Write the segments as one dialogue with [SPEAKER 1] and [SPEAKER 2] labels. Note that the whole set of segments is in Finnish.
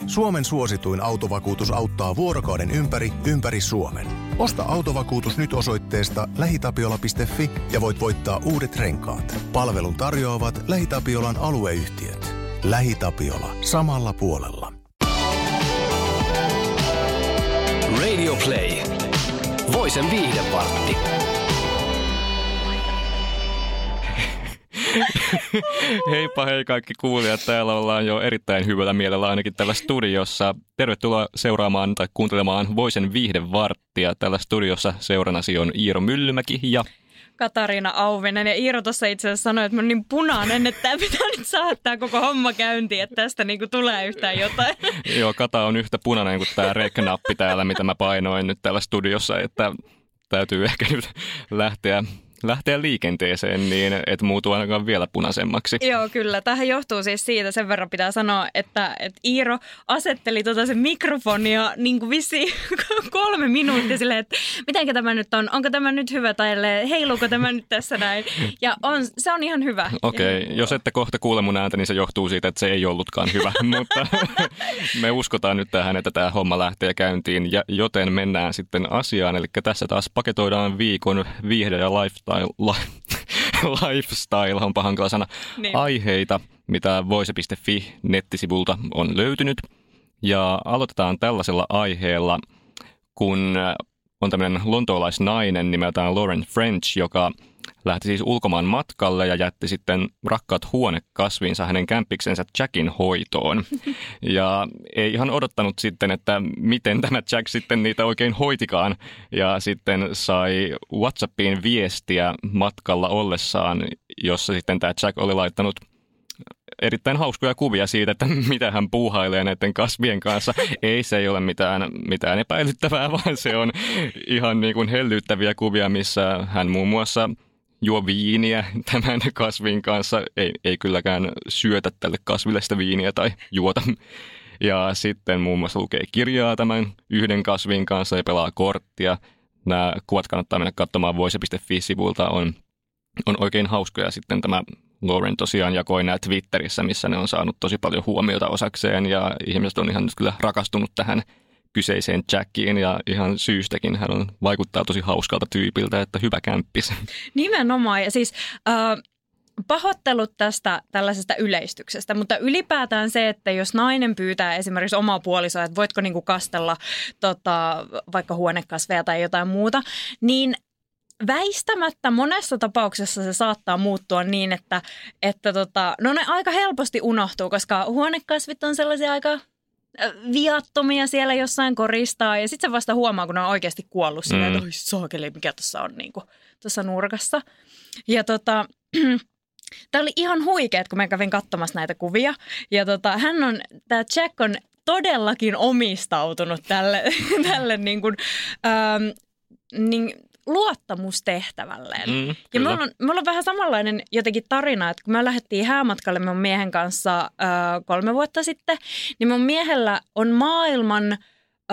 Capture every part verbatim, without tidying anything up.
[SPEAKER 1] Suomen suosituin autovakuutus auttaa vuorokauden ympäri, ympäri Suomen. Osta autovakuutus nyt osoitteesta lähitapiola piste fi ja voit voittaa uudet renkaat. Palvelun tarjoavat LähiTapiolan alueyhtiöt. LähiTapiola. Samalla puolella.
[SPEAKER 2] Radio Play. Voisen viihdevartti.
[SPEAKER 3] Heippa hei kaikki kuulijat. Täällä ollaan jo erittäin hyvällä mielellä ainakin tällä studiossa. Tervetuloa seuraamaan tai kuuntelemaan Voisen viihdevarttia. Tällä studiossa seuranasi on Iiro Myllymäki ja
[SPEAKER 4] Katariina Auvinen. Ja Iiro tuossa itse asiassa sanoi, että mä oon niin punainen, että tämä pitää nyt saada tämä koko homma käyntiin, että tästä niinku tulee yhtään jotain.
[SPEAKER 3] Joo, Kata on yhtä punainen kuin tämä rek-nappi täällä, mitä mä painoin nyt täällä studiossa, että täytyy ehkä nyt lähteä... lähteä liikenteeseen niin, että muutuu ainakaan vielä punaisemmaksi.
[SPEAKER 4] Joo, kyllä. Tähän johtuu siis siitä, sen verran pitää sanoa, että, että Iiro asetteli tota sen mikrofonia niin kuin vissiin kolme minuuttia silleen, että mitenkä tämä nyt on, onko tämä nyt hyvä tai heiluuko tämä nyt tässä näin. Ja on, se on ihan hyvä.
[SPEAKER 3] Okei, okay. Jos ette kohta kuule mun ääntä, niin se johtuu siitä, että se ei ollutkaan hyvä, mutta me uskotaan nyt tähän, että tämä homma lähtee käyntiin, ja joten mennään sitten asiaan. Eli tässä taas paketoidaan viikon viihde ja lifestyle. Lifestyle on hankala sana. Niin. Aiheita, mitä voise piste fi nettisivulta on löytynyt. Ja aloitetaan tällaisella aiheella, kun on tämmöinen lontoolaisnainen nimeltään Lauren French, joka lähti siis ulkomaan matkalle ja jätti sitten rakkaat huonekasvinsa hänen kämppiksensä Jackin hoitoon. Ja ei ihan odottanut sitten, että miten tämä Jack sitten niitä oikein hoitikaan. Ja sitten sai WhatsAppiin viestiä matkalla ollessaan, jossa sitten tämä Jack oli laittanut erittäin hauskoja kuvia siitä, että mitä hän puuhailee näiden kasvien kanssa. Ei se ei ole mitään, mitään epäilyttävää, vaan se on ihan niin kuin hellyttäviä kuvia, missä hän muun muassa juo viiniä tämän kasvin kanssa. Ei, ei kylläkään syötä tälle kasville sitä viiniä tai juota. Ja sitten muun muassa lukee kirjaa tämän yhden kasvin kanssa ja pelaa korttia. Nämä kuvat kannattaa mennä katsomaan voise piste fi-sivulta. On, on oikein hauskoja. Sitten tämä Lauren tosiaan jakoi nämä Twitterissä, missä ne on saanut tosi paljon huomiota osakseen. Ja ihmiset on ihan nyt kyllä rakastunut tähän kyseiseen Jackiin ja ihan syystäkin hän on, vaikuttaa tosi hauskalta tyypiltä, että hyvä kämppis. Nimenomaan
[SPEAKER 4] ja siis äh, pahoittelut tästä tällaisesta yleistyksestä, mutta ylipäätään se, että jos nainen pyytää esimerkiksi omaa puolisoa, että voitko niinku kastella tota, vaikka huonekasveja tai jotain muuta, niin väistämättä monessa tapauksessa se saattaa muuttua niin, että, että tota, no ne aika helposti unohtuu, koska huonekasvit on sellaisia aika viattomia siellä jossain koristaa ja sitten se vasta huomaa, kun ne on oikeasti kuollut mm. silleen, että oi saakeli, mikä tuossa on niin kuin, tuossa nurkassa. Ja tota, tämä oli ihan huikeet, kun mä kävin katsomassa näitä kuvia. Ja tota, hän on, tämä Jack on todellakin omistautunut tälle, tälle niin kuin, ähm, niin, luottamustehtävälleen. Mm, ja me ollaan, me ollaan vähän samanlainen jotenkin tarina, että kun me lähdettiin häämatkalle mun miehen kanssa ö, kolme vuotta sitten, niin mun miehellä on maailman ö,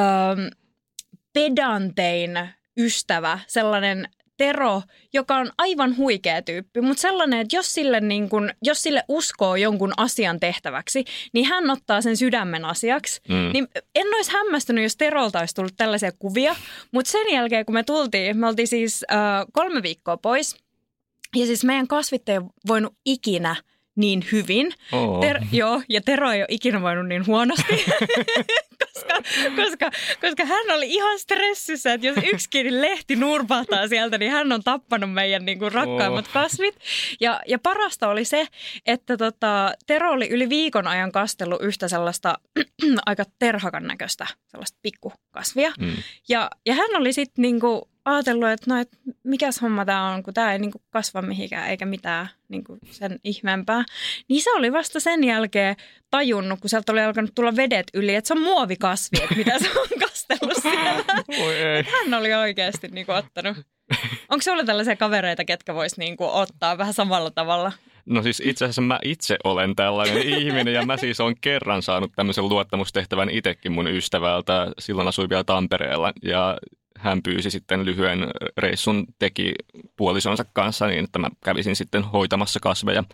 [SPEAKER 4] pedantein ystävä, sellainen Tero, joka on aivan huikea tyyppi, mutta sellainen, että jos sille, niin kun, jos sille uskoo jonkun asian tehtäväksi, niin hän ottaa sen sydämen asiaksi. Mm. Niin en olisi hämmästynyt, jos Terolta olisi tullut tällaisia kuvia, mutta sen jälkeen, kun me tultiin, me oltiin siis äh, kolme viikkoa pois, ja siis meidän kasvit ei voinut ikinä niin hyvin. Oh. Ter- joo, ja Tero ei ole ikinä voinut niin huonosti, koska, koska, koska hän oli ihan stressissä, että jos yksikin lehti nurpahtaa sieltä, niin hän on tappanut meidän niin kuin rakkaimmat oh. kasvit. Ja, ja parasta oli se, että tota, Tero oli yli viikon ajan kastellut yhtä sellaista aika terhakan näköistä sellaista pikkukasvia. Mm. Ja, ja hän oli sitten niin kuin ajatellut, että no, et mikäs homma tämä on, kun tämä ei niinku kasva mihinkään eikä mitään niinku sen ihmeempää. Niin se oli vasta sen jälkeen tajunnut, kun sieltä oli alkanut tulla vedet yli, että se on muovikasvi, että mitä se on kastellut siellä. Hän oli oikeasti niinku ottanut. Onko sinulla tällaisia kavereita, ketkä vois niinku ottaa vähän samalla tavalla?
[SPEAKER 3] No siis itse asiassa mä itse olen tällainen ihminen ja mä siis olen kerran saanut tämmöisen luottamustehtävän itsekin mun ystävältä. Silloin asuin vielä Tampereella ja hän pyysi sitten lyhyen reissun teki puolisonsa kanssa niin, että mä kävisin sitten hoitamassa kasveja.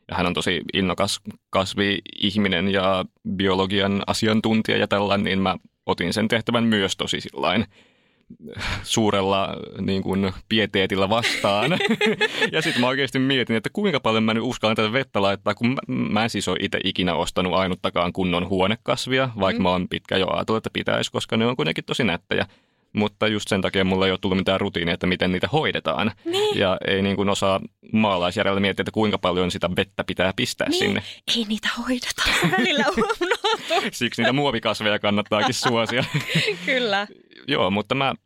[SPEAKER 3] Ja hän on tosi innokas kasvi-ihminen ja biologian asiantuntija ja tällainen, niin mä otin sen tehtävän myös tosi sillain suurella niin kuin, pieteetillä vastaan. Ja sitten mä oikeasti mietin, että kuinka paljon mä nyt uskallan tätä vettä laittaa, kun mä, mä en siis ole itse ikinä ostanut ainuttakaan kunnon huonekasvia, vaikka mm. mä oon pitkä jo ajatellut, että pitäisi, koska ne on kuitenkin tosi nättejä. Mutta just sen takia mulla ei ole tullut mitään rutiinia, että miten niitä hoidetaan. Niin. Ja ei niin kuin osaa maalaisjärjellä miettiä, että kuinka paljon sitä vettä pitää pistää niin. sinne.
[SPEAKER 4] Ei niitä hoideta. Välillä unohtuu.
[SPEAKER 3] Siksi niitä muovikasveja kannattaakin suosia.
[SPEAKER 4] Kyllä.
[SPEAKER 3] Joo, mutta mä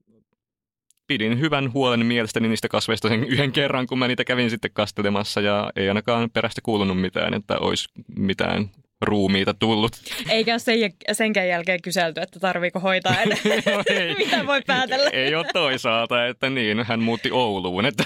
[SPEAKER 3] pidin hyvän huolen mielestäni niistä kasveista sen yhden kerran, kun mä niitä kävin sitten kastelemassa. Ja ei ainakaan perästä kuulunut mitään, että olisi mitään ruumiita tullut.
[SPEAKER 4] Eikä sen, senkään jälkeen kyselty, että tarviiko hoitaa enää. No ei, mitä voi päätellä?
[SPEAKER 3] Ei ole toisaalta, että niin, hän muutti Ouluun, että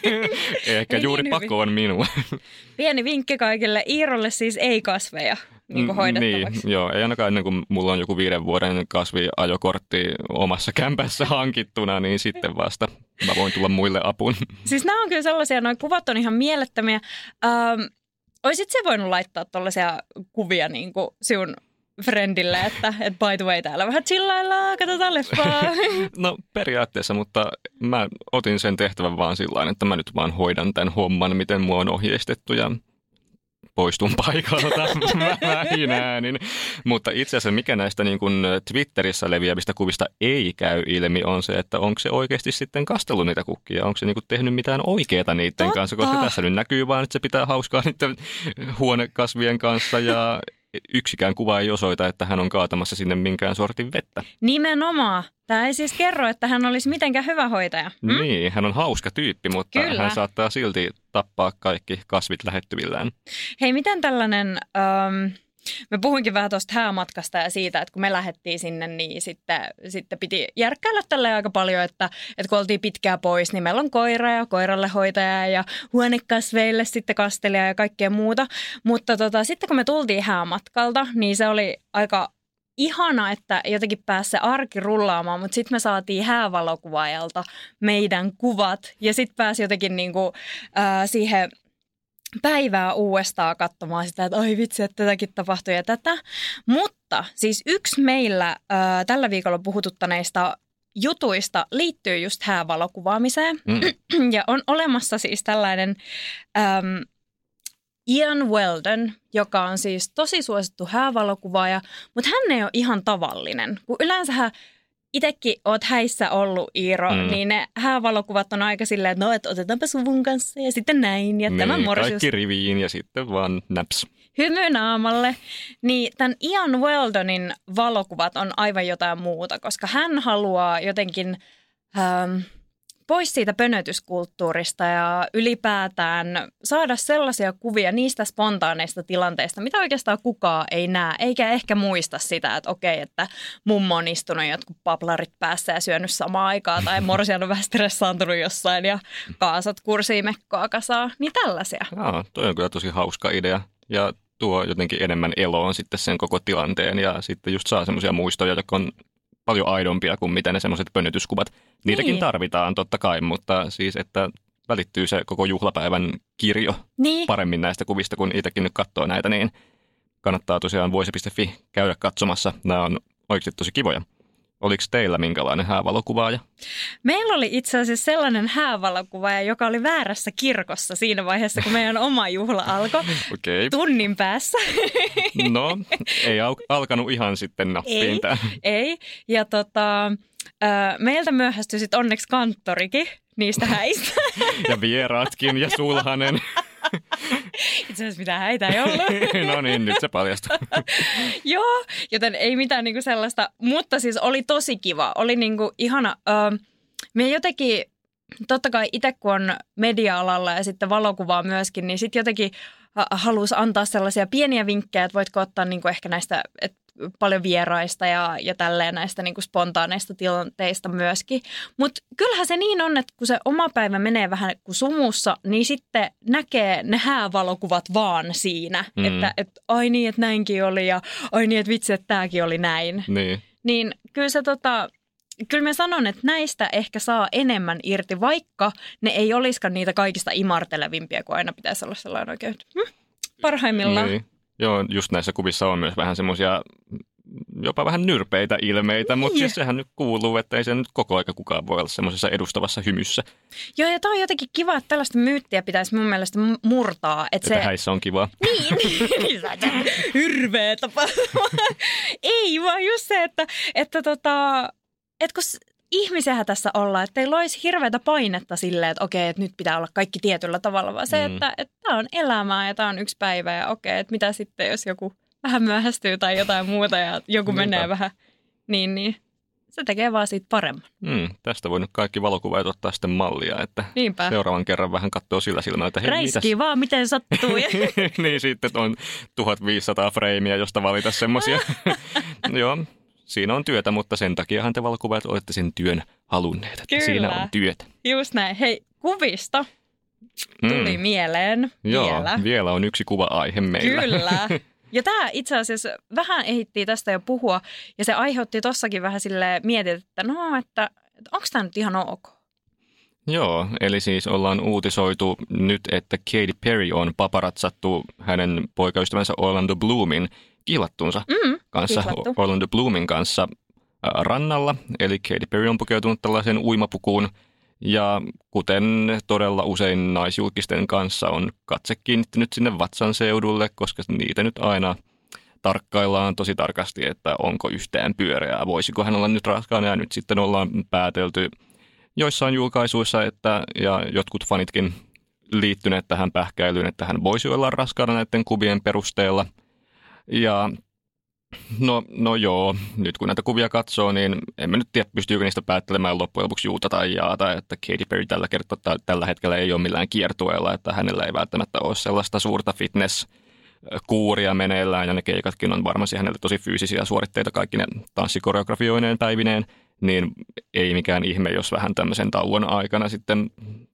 [SPEAKER 3] ehkä ei juuri niin pakoon minua.
[SPEAKER 4] Pieni vinkki kaikille. Iirolle siis ei kasveja niin kuin hoidettavaksi.
[SPEAKER 3] Niin, joo, ei ainakaan ennen kuin mulla on joku viiden vuoden kasviajokortti omassa kämpässä hankittuna, niin sitten vasta mä voin tulla muille apuun. Siis
[SPEAKER 4] nämä on kyllä sellaisia, nuo kuvat on ihan mielettömiä. Ähm, Oisit se voinut laittaa tollaisia kuvia niin kuin sinun friendille, että, että by the way, täällä vähän chillaillaan, katsotaan leffaa.
[SPEAKER 3] No periaatteessa, mutta mä otin sen tehtävän vaan sillain, että mä nyt vaan hoidan tämän homman, miten mua on ohjeistettu ja poistun paikalta vähin äänin. Mutta itse asiassa mikä näistä niin kuin Twitterissä leviävistä kuvista ei käy ilmi on se, että onko se oikeasti sitten kastellut niitä kukkia. Onko se niin kuin tehnyt mitään oikeaa niiden Totta. kanssa, koska tässä nyt näkyy vaan, että se pitää hauskaa niiden huonekasvien kanssa ja yksikään kuva ei osoita, että hän on kaatamassa sinne minkään sortin vettä.
[SPEAKER 4] Nimenomaan. Tämä ei siis kerro, että hän olisi mitenkään hyvä hoitaja. Hmm?
[SPEAKER 3] Niin, hän on hauska tyyppi, mutta Kyllä. hän saattaa silti tappaa kaikki kasvit lähettyvillään.
[SPEAKER 4] Hei, miten tällainen... Um... Me puhuinkin vähän tuosta häämatkasta ja siitä, että kun me lähdettiin sinne, niin sitten, sitten piti järkkäillä tälleen aika paljon, että, että kun oltiin pitkää pois, niin meillä on koira ja koiralle hoitaja ja huonekasveille sitten kastelija ja kaikkea muuta. Mutta tota, sitten kun me tultiin häämatkalta, niin se oli aika ihana, että jotenkin pääsi se arki rullaamaan, mutta sitten me saatiin häävalokuvaajalta meidän kuvat ja sitten pääsi jotenkin niinku, äh, siihen... päivää uudestaan katsomaan sitä, että oi vitsi, että tätäkin tapahtui ja tätä. Mutta siis yksi meillä ää, tällä viikolla puhututtaneista jutuista liittyy just häävalokuvaamiseen. Mm. Ja on olemassa siis tällainen äm, Ian Weldon, joka on siis tosi suosittu häävalokuvaaja, mutta hän ei ole ihan tavallinen. Kun yleensähän itsekin oot häissä ollut, Iiro, mm. niin ne häävalokuvat on aika silleen, että no, että otetaanpa suvun kanssa ja sitten näin. Ja
[SPEAKER 3] niin, tämä kaikki riviin ja sitten vaan naps.
[SPEAKER 4] Hymy naamalle. Niin tämän Ian Weldonin valokuvat on aivan jotain muuta, koska hän haluaa jotenkin... Ähm, pois siitä pönötyskulttuurista ja ylipäätään saada sellaisia kuvia niistä spontaaneista tilanteista, mitä oikeastaan kukaan ei näe, eikä ehkä muista sitä, että okei, että mummo on istunut jotkut paplarit päässä ja syönyt samaan aikaan, tai morsian on vähän stressaantunut jossain ja kaasat kursii mekkoa kasaa, niin tällaisia.
[SPEAKER 3] Jaa, toi on kyllä tosi hauska idea ja tuo jotenkin enemmän eloon sitten sen koko tilanteen ja sitten just saa semmoisia muistoja, jotka on paljon aidompia kuin mitä ne semmoiset pönötyskuvat. Niitäkin niin. tarvitaan totta kai, mutta siis, että välittyy se koko juhlapäivän kirjo niin. paremmin näistä kuvista, kun itsekin nyt katsoo näitä, niin kannattaa tosiaan voise piste fi käydä katsomassa. Nämä on oikeasti tosi kivoja. Oliko teillä minkälainen häävalokuvaaja?
[SPEAKER 4] Meillä oli itse asiassa sellainen häävalokuvaaja, joka oli väärässä kirkossa siinä vaiheessa, kun meidän oma juhla alkoi okay. tunnin päässä.
[SPEAKER 3] No, ei al- alkanut ihan sitten nappiin tämä.
[SPEAKER 4] Ei, ei. Ja tota, meiltä myöhästyi sitten onneksi kanttorikin niistä häistä.
[SPEAKER 3] Ja vieraatkin ja sulhanen.
[SPEAKER 4] Itse asiassa mitään häitä ei ollut.
[SPEAKER 3] No niin, nyt se paljastui.
[SPEAKER 4] Joo, joten ei mitään niinku sellaista, mutta siis oli tosi kiva. Oli niinku ihana. Öö, me jotenkin, totta kai itse kun on media-alalla ja sitten valokuvaa myöskin, niin sitten jotenkin halusi antaa sellaisia pieniä vinkkejä, että voitko ottaa niinku ehkä näistä, että paljon vieraista ja, ja tälleen näistä niin kuin spontaaneista tilanteista myöskin. Mutta kyllähän se niin on, että kun se oma päivä menee vähän kuin sumussa, niin sitten näkee ne häävalokuvat vaan siinä. Mm. Että et, ai niin, että näinkin oli ja ai niin, että vitsi, että tämäkin oli näin.
[SPEAKER 3] Niin.
[SPEAKER 4] Niin kyllä se tota, kyllä mä sanon, että näistä ehkä saa enemmän irti, vaikka ne ei olisikaan niitä kaikista imartelevimpia, kun aina pitäisi olla sellainen oikein hm, parhaimmillaan.
[SPEAKER 3] Niin. Joo, just näissä kuvissa on myös vähän semmoisia jopa vähän nyrpeitä ilmeitä, mutta siis sehän nyt kuuluu, että ei se nyt koko aika kukaan voi olla semmoisessa edustavassa hymyssä.
[SPEAKER 4] Joo, ja tämä on jotenkin kiva, että tällaista myyttiä pitäisi mun mielestä murtaa. Että,
[SPEAKER 3] että
[SPEAKER 4] se...
[SPEAKER 3] häissä on kivaa.
[SPEAKER 4] Niin, hirveä tapa. Ei, vaan just se, että, että, tota, että kun ihmisiähän tässä ollaan, että ei loisi hirveätä painetta silleen, että okei, että nyt pitää olla kaikki tietyllä tavalla, vaan se, mm. että, että tämä on elämää ja tämä on yksi päivä ja okei, että mitä sitten, jos joku vähän myöhästyy tai jotain muuta ja joku Niinpä. menee vähän, niin, niin se tekee vaan siitä paremman.
[SPEAKER 3] Mm, tästä voi nyt kaikki valokuvaajat ottaa sitten mallia, että
[SPEAKER 4] Niinpä.
[SPEAKER 3] seuraavan kerran vähän katsoo sillä silmällä, että hei,
[SPEAKER 4] räiskii
[SPEAKER 3] mitäs?
[SPEAKER 4] vaan, miten sattuu.
[SPEAKER 3] Niin sitten on tuhatviisisataa freimiä, josta valita semmoisia. Joo, siinä on työtä, mutta sen takiahan te valokuvaajat olette sen työn halunneet, että
[SPEAKER 4] Kyllä.
[SPEAKER 3] siinä on työtä.
[SPEAKER 4] Just näin. Hei, kuvista tuli mm. mieleen
[SPEAKER 3] Joo,
[SPEAKER 4] vielä.
[SPEAKER 3] vielä on yksi kuva-aihe meillä.
[SPEAKER 4] Kyllä. Ja tämä itse asiassa vähän ehittiin tästä jo puhua, ja se aiheutti tossakin vähän silleen mietit, että no, että, että onko tämä nyt ihan ok?
[SPEAKER 3] Joo, eli siis ollaan uutisoitu nyt, että Katy Perry on paparatsattu hänen poikaystävänsä Orlando Bloomin kihlattuunsa
[SPEAKER 4] Mm,
[SPEAKER 3] kanssa,
[SPEAKER 4] kihlattu.
[SPEAKER 3] Orlando Bloomin kanssa ää, rannalla. Eli Katy Perry on pukeutunut tällaiseen uimapukuun. Ja kuten todella usein naisjulkisten kanssa on katse kiinnittynyt sinne vatsan seudulle, koska niitä nyt aina tarkkaillaan tosi tarkasti, että onko yhtään pyöreää. Voisiko hän olla nyt raskaana, ja nyt sitten ollaan päätelty joissain julkaisuissa, että, ja jotkut fanitkin liittyneet tähän pähkäilyyn, että hän voisi olla raskaana näiden kuvien perusteella. Ja no, no joo, nyt kun näitä kuvia katsoo, niin emme nyt tiedä, pystyykö niistä päättelemään loppujen lopuksi juuta tai jaata, että Katy Perry tällä kertaa tällä hetkellä ei ole millään kiertueella, että hänellä ei välttämättä ole sellaista suurta fitness-kuuria meneillään, ja ne keikatkin on varmasti hänelle tosi fyysisiä suoritteita kaikki ne tanssikoreografioineen päivineen, niin ei mikään ihme, jos vähän tämmöisen tauon aikana sitten,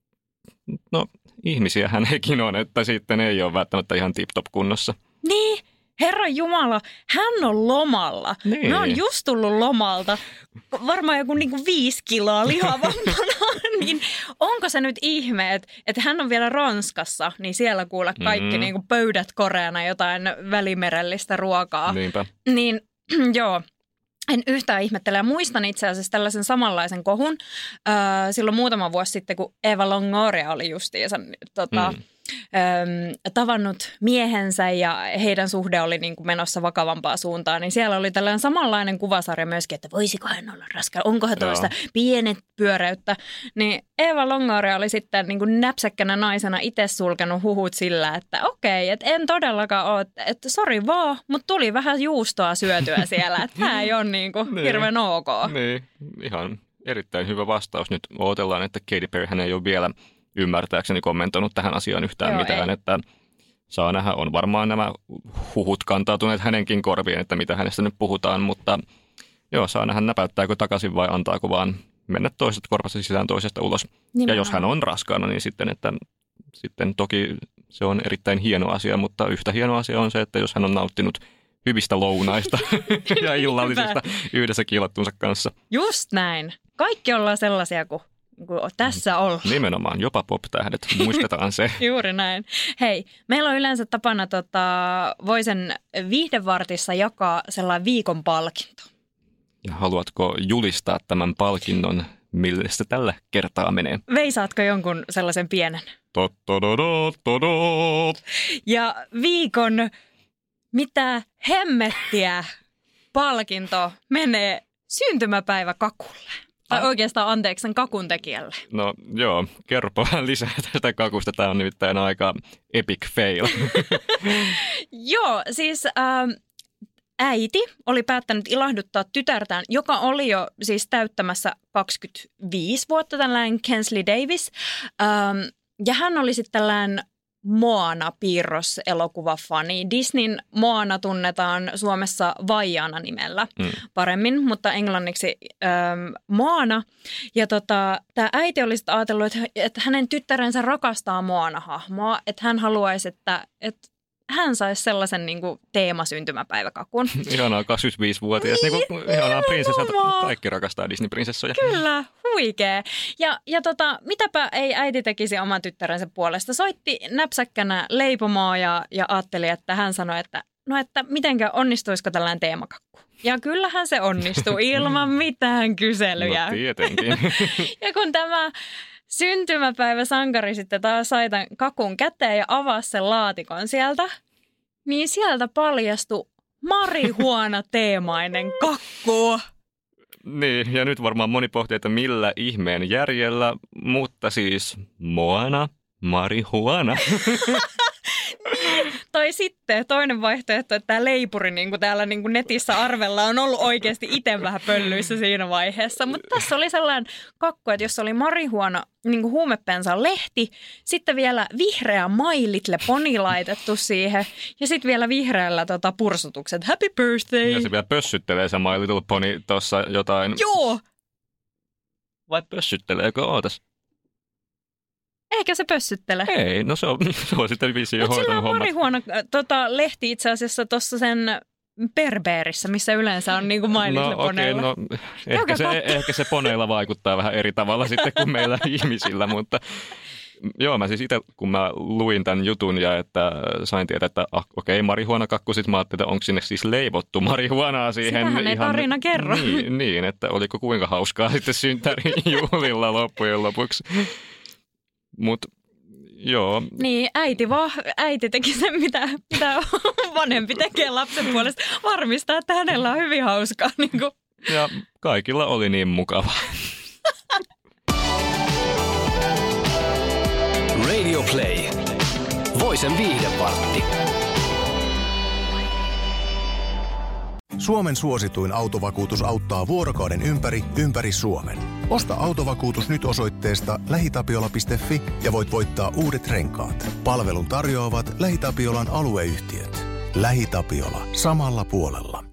[SPEAKER 3] no ihmisiähän hekin on, että sitten ei ole välttämättä ihan tip-top kunnossa.
[SPEAKER 4] Niin, Herran Jumala, hän on lomalla.
[SPEAKER 3] Niin.
[SPEAKER 4] Mä oon just tullut lomalta, varmaan joku niinku viisi kiloa lihavampana, niin onko se nyt ihme, että, että hän on vielä Ranskassa, niin siellä kuule kaikki mm. niinku pöydät koreana jotain välimerellistä ruokaa.
[SPEAKER 3] Niinpä.
[SPEAKER 4] Niin joo. En yhtään ihmettele. Ja muistan itse asiassa tällaisen samanlaisen kohun äh, silloin muutama vuosi sitten, kun Eva Longoria oli justiinsa tota, mm. ähm, tavannut miehensä ja heidän suhde oli niin kuin menossa vakavampaa suuntaan. Niin siellä oli tällainen samanlainen kuvasarja myöskin, että voisiko hän olla raskaan, onkohan tuosta pienet pyöreyttä. Niin Eva Longoria oli sitten niin kuin näpsäkkänä naisena itse sulkenut huhut sillä, että okei, että en todellakaan ole, että sori vaan, mutta tuli vähän juustoa syötyä siellä, että tämä ei ole niin kuin
[SPEAKER 3] niin,
[SPEAKER 4] hirveän ok.
[SPEAKER 3] Niin, ihan erittäin hyvä vastaus. Nyt odotellaan, että Katy Perry hän ei ole vielä ymmärtääkseni kommentoinut tähän asiaan yhtään Joo, mitään, ei. Että saa nähdä, on varmaan nämä huhut kantautuneet hänenkin korviin, että mitä hänestä nyt puhutaan, mutta joo, saa nähdä näpäyttääkö takaisin vai antaako vaan mennä toisesta korvasta sisään toisesta ulos. Nimenomaan. Ja jos hän on raskaana, niin sitten, että sitten toki se on erittäin hieno asia, mutta yhtä hieno asia on se, että jos hän on nauttinut hyvistä lounaista ja illallisista yhdessä kiilattunsa kanssa.
[SPEAKER 4] Just näin. Kaikki ollaan sellaisia kuin, kuin tässä ollaan.
[SPEAKER 3] Nimenomaan, jopa pop-tähdet. Muistetaan se.
[SPEAKER 4] Juuri näin. Hei, meillä on yleensä tapana tota, Voisen viihdevartissa jakaa sellainen viikon palkinto.
[SPEAKER 3] Ja haluatko julistaa tämän palkinnon, mille se tällä kertaa menee?
[SPEAKER 4] Veisaatko jonkun sellaisen pienen?
[SPEAKER 3] Totododotodot.
[SPEAKER 4] Ja viikon mitä hemmettiä palkinto menee syntymäpäiväkakulle. Tai oikeastaan anteeksi sen kakun tekijälle.
[SPEAKER 3] No joo, kerropa vähän lisää tästä kakusta. Tämä on nimittäin aika epic fail.
[SPEAKER 4] Joo, siis ähm, äiti oli päättänyt ilahduttaa tytärtään, joka oli jo siis täyttämässä kaksikymmentäviisi vuotta, tällainen Kensley Davis. Ähm, ja hän oli sitten tällainen Moana-piirroselokuvafani. Disneyn Moana tunnetaan Suomessa Vaiana nimellä mm. paremmin, mutta englanniksi ähm, Moana. Ja tota, tämä äiti oli sitten ajatellut, että, että hänen tyttärensä rakastaa Moana-hahmoa, että hän haluaisi, että, että hän saisi sellaisen niin kuin teemasyntymäpäiväkakun.
[SPEAKER 3] Ihanaa kaksikymmentäviisivuotias, niin kuin, ihanaa prinsessa. Kaikki rakastaa Disney-prinsessoja.
[SPEAKER 4] Kyllä, huikea. Ja, ja tota, mitäpä ei äiti tekisi oman tyttärensä puolesta. Soitti näpsäkkänä leipomoa ja, ja ajatteli, että hän sanoi, että no että mitenkä onnistuisiko tällainen teemakakku. Ja kyllähän se onnistuu ilman mitään kyselyjä.
[SPEAKER 3] No tietenkin.
[SPEAKER 4] Ja kun tämä syntymäpäivä sankari sitten taas sai tämän kakun käteen ja avasi sen laatikon sieltä, niin sieltä paljastui marihuana-teemainen kakku.
[SPEAKER 3] Niin, ja nyt varmaan moni pohtii, että millä ihmeen järjellä, mutta siis Moana, marihuana.
[SPEAKER 4] Tai sitten toinen vaihtoehto, että tämä leipuri niin kuin täällä niin kuin netissä arvella on ollut oikeasti itse vähän pöllyissä siinä vaiheessa. Mutta tässä oli sellainen kakku, että jos oli marihuana niin kuin huumepensan lehti, sitten vielä vihreä My Little Pony laitettu siihen ja sitten vielä vihreällä tota, pursutukset. Happy birthday!
[SPEAKER 3] Ja se vielä pössyttelee se My Little Pony tuossa jotain.
[SPEAKER 4] Joo!
[SPEAKER 3] Vai pössytteleekö? Ootas.
[SPEAKER 4] Eikä se pössyttele.
[SPEAKER 3] Ei, no se on, se on sitten vissiin jo hoitanut hommat.
[SPEAKER 4] Mutta sillä on marihuana tota, lehti itse asiassa tuossa sen Berbeerissä, missä yleensä on niin kuin My Little
[SPEAKER 3] No okei, okay, no ehkä se, ehkä se poneilla vaikuttaa vähän eri tavalla sitten kuin meillä ihmisillä, mutta joo, mä siis itse kun mä luin tämän jutun ja että sain tietää, että ah, okei, okay, marihuanakakku, sit mä ajattelin, että onko sinne siis leivottu marihuanaa siihen.
[SPEAKER 4] Sitähän ei
[SPEAKER 3] ihan,
[SPEAKER 4] tarina kerro.
[SPEAKER 3] Niin, niin, että oliko kuinka hauskaa sitten synttärin juhlilla loppujen lopuksi. Mut joo.
[SPEAKER 4] Niin, äiti vaan, äiti teki sen, mitä, mitä vanhempi tekee lapsen puolesta. Varmistaa, että hänellä on hyvin hauskaa. Niin kuin.
[SPEAKER 3] Ja kaikilla oli niin mukavaa.
[SPEAKER 2] Radio Play. Voisen viihdevartti.
[SPEAKER 1] Suomen suosituin autovakuutus auttaa vuorokauden ympäri, ympäri Suomen. Osta autovakuutus nyt osoitteesta lähitapiola piste fi ja voit voittaa uudet renkaat. Palvelun tarjoavat LähiTapiolan alueyhtiöt. LähiTapiola. Samalla puolella.